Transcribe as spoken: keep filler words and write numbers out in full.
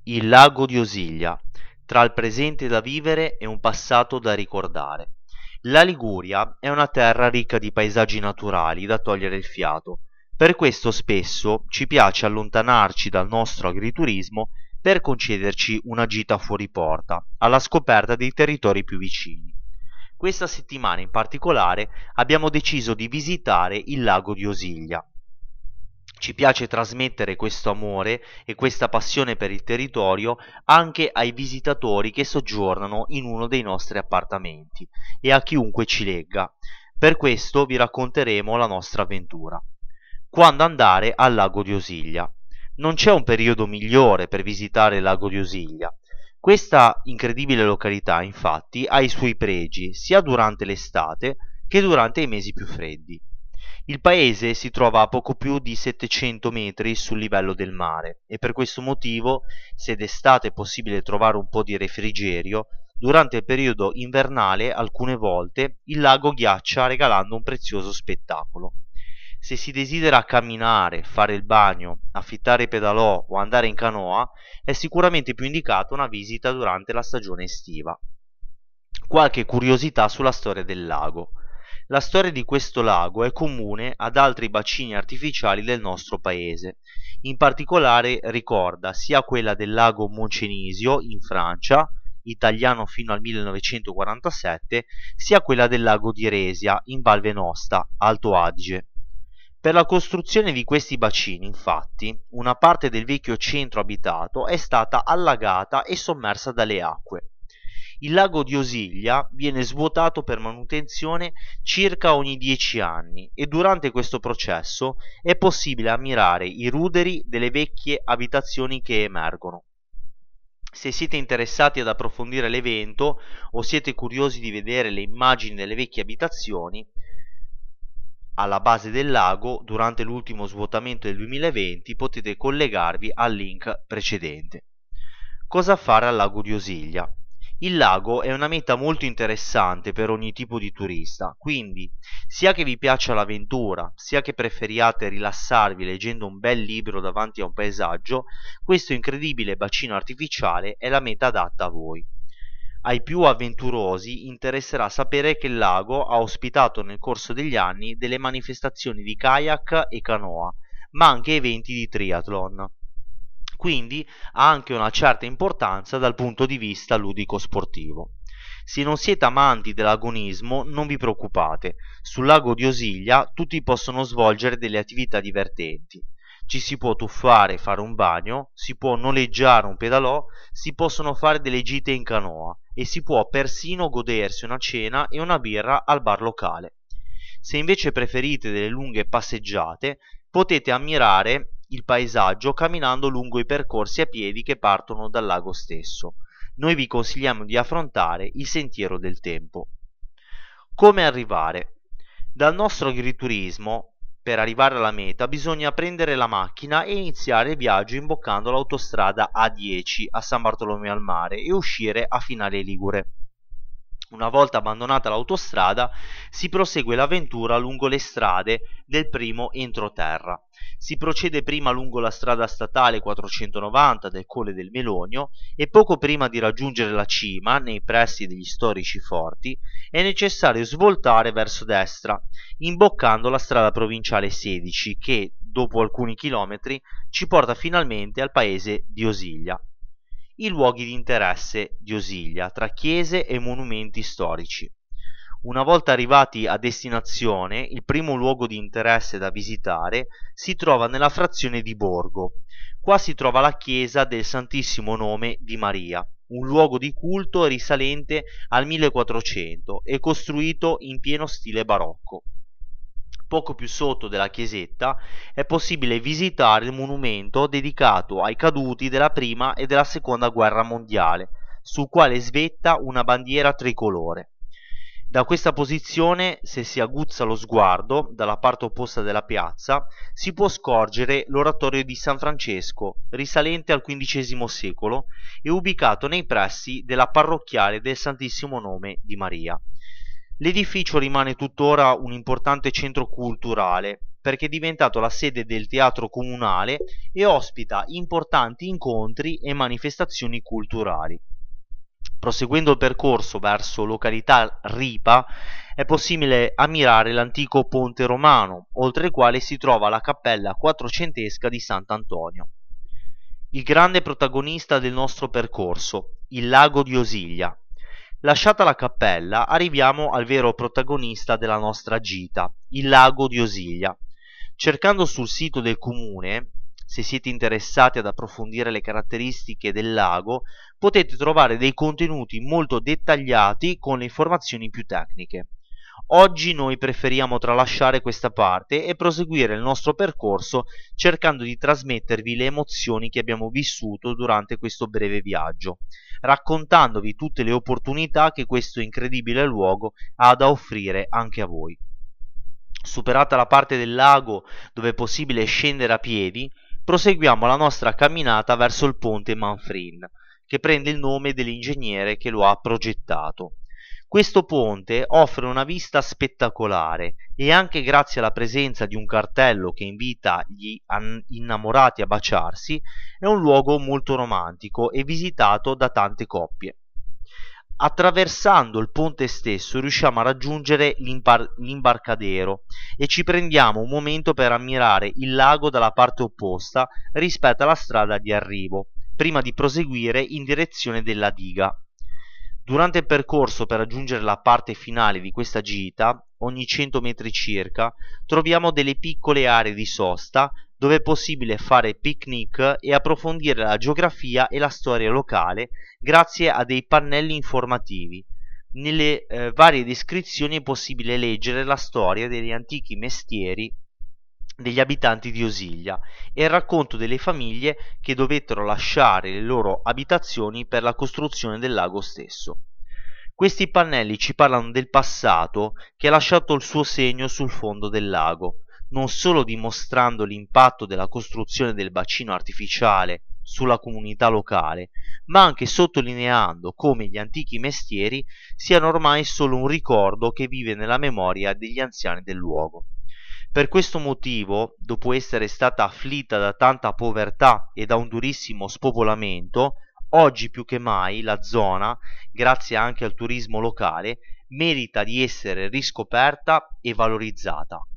Il lago di Osiglia, tra il presente da vivere e un passato da ricordare. La Liguria è una terra ricca di paesaggi naturali da togliere il fiato. Per questo spesso ci piace allontanarci dal nostro agriturismo per concederci una gita fuori porta, alla scoperta dei territori più vicini. Questa settimana in particolare abbiamo deciso di visitare il lago di Osiglia. Ci piace trasmettere questo amore e questa passione per il territorio anche ai visitatori che soggiornano in uno dei nostri appartamenti e a chiunque ci legga. Per questo vi racconteremo la nostra avventura. Quando andare al lago di Osiglia? Non c'è un periodo migliore per visitare il lago di Osiglia. Questa incredibile località, infatti, ha i suoi pregi sia durante l'estate che durante i mesi più freddi. Il paese si trova a poco più di settecento metri sul livello del mare e per questo motivo, se d'estate è possibile trovare un po' di refrigerio, durante il periodo invernale alcune volte il lago ghiaccia regalando un prezioso spettacolo. Se si desidera camminare, fare il bagno, affittare i pedalò o andare in canoa, è sicuramente più indicata una visita durante la stagione estiva. Qualche curiosità sulla storia del lago. La storia di questo lago è comune ad altri bacini artificiali del nostro paese. In particolare ricorda sia quella del lago Moncenisio in Francia, italiano fino al millenovecentoquarantasette, sia quella del lago di Resia in Val Venosta, Alto Adige. Per la costruzione di questi bacini, infatti, una parte del vecchio centro abitato è stata allagata e sommersa dalle acque. Il lago di Osiglia viene svuotato per manutenzione circa ogni dieci anni e durante questo processo è possibile ammirare i ruderi delle vecchie abitazioni che emergono. Se siete interessati ad approfondire l'evento o siete curiosi di vedere le immagini delle vecchie abitazioni alla base del lago durante l'ultimo svuotamento del duemilaventi, potete collegarvi al link precedente. Cosa fare al lago di Osiglia? Il lago è una meta molto interessante per ogni tipo di turista, quindi sia che vi piaccia l'avventura, sia che preferiate rilassarvi leggendo un bel libro davanti a un paesaggio, questo incredibile bacino artificiale è la meta adatta a voi. Ai più avventurosi interesserà sapere che il lago ha ospitato nel corso degli anni delle manifestazioni di kayak e canoa, ma anche eventi di triathlon. Quindi ha anche una certa importanza dal punto di vista ludico-sportivo. Se non siete amanti dell'agonismo, non vi preoccupate, sul lago di Osiglia tutti possono svolgere delle attività divertenti. Ci si può tuffare e fare un bagno, si può noleggiare un pedalò, si possono fare delle gite in canoa e si può persino godersi una cena e una birra al bar locale. Se invece preferite delle lunghe passeggiate, potete ammirare il paesaggio camminando lungo i percorsi a piedi che partono dal lago stesso. Noi vi consigliamo di affrontare il sentiero del tempo. Come arrivare? Dal nostro agriturismo, per arrivare alla meta, bisogna prendere la macchina e iniziare il viaggio imboccando l'autostrada A dieci a San Bartolomeo al Mare e uscire a Finale Ligure. Una volta abbandonata l'autostrada, si prosegue l'avventura lungo le strade del primo entroterra. Si procede prima lungo la strada statale quattrocentonovanta del Colle del Melonio e poco prima di raggiungere la cima, nei pressi degli storici forti, è necessario svoltare verso destra, imboccando la strada provinciale sedici che, dopo alcuni chilometri, ci porta finalmente al paese di Osiglia. I luoghi di interesse di Osiglia, tra chiese e monumenti storici. Una volta arrivati a destinazione, il primo luogo di interesse da visitare si trova nella frazione di Borgo. Qua si trova la chiesa del Santissimo Nome di Maria, un luogo di culto risalente al millequattrocento e costruito in pieno stile barocco. Poco più sotto della chiesetta è possibile visitare il monumento dedicato ai caduti della prima e della seconda guerra mondiale, sul quale svetta una bandiera tricolore. Da questa posizione, se si aguzza lo sguardo dalla parte opposta della piazza, si può scorgere l'oratorio di San Francesco, risalente al quindicesimo secolo e ubicato nei pressi della parrocchiale del Santissimo Nome di Maria. L'edificio rimane tuttora un importante centro culturale perché è diventato la sede del teatro comunale e ospita importanti incontri e manifestazioni culturali. Proseguendo il percorso verso località Ripa è possibile ammirare l'antico ponte romano, oltre il quale si trova la cappella quattrocentesca di Sant'Antonio. Il grande protagonista del nostro percorso, il lago di Osiglia. Lasciata la cappella, arriviamo al vero protagonista della nostra gita, il lago di Osiglia. Cercando sul sito del comune, se siete interessati ad approfondire le caratteristiche del lago, potete trovare dei contenuti molto dettagliati con le informazioni più tecniche. Oggi noi preferiamo tralasciare questa parte e proseguire il nostro percorso cercando di trasmettervi le emozioni che abbiamo vissuto durante questo breve viaggio, raccontandovi tutte le opportunità che questo incredibile luogo ha da offrire anche a voi. Superata la parte del lago dove è possibile scendere a piedi, proseguiamo la nostra camminata verso il ponte Manfrin, che prende il nome dell'ingegnere che lo ha progettato. Questo ponte offre una vista spettacolare e anche grazie alla presenza di un cartello che invita gli innamorati a baciarsi, è un luogo molto romantico e visitato da tante coppie. Attraversando il ponte stesso riusciamo a raggiungere l'impar- l'imbarcadero e ci prendiamo un momento per ammirare il lago dalla parte opposta rispetto alla strada di arrivo, prima di proseguire in direzione della diga. Durante il percorso per raggiungere la parte finale di questa gita, ogni cento metri circa, troviamo delle piccole aree di sosta dove è possibile fare picnic e approfondire la geografia e la storia locale grazie a dei pannelli informativi. Nelle eh, varie descrizioni è possibile leggere la storia degli antichi mestieri degli abitanti di Osiglia e il racconto delle famiglie che dovettero lasciare le loro abitazioni per la costruzione del lago stesso. Questi pannelli ci parlano del passato che ha lasciato il suo segno sul fondo del lago, non solo dimostrando l'impatto della costruzione del bacino artificiale sulla comunità locale, ma anche sottolineando come gli antichi mestieri siano ormai solo un ricordo che vive nella memoria degli anziani del luogo. Per questo motivo, dopo essere stata afflitta da tanta povertà e da un durissimo spopolamento, oggi più che mai la zona, grazie anche al turismo locale, merita di essere riscoperta e valorizzata.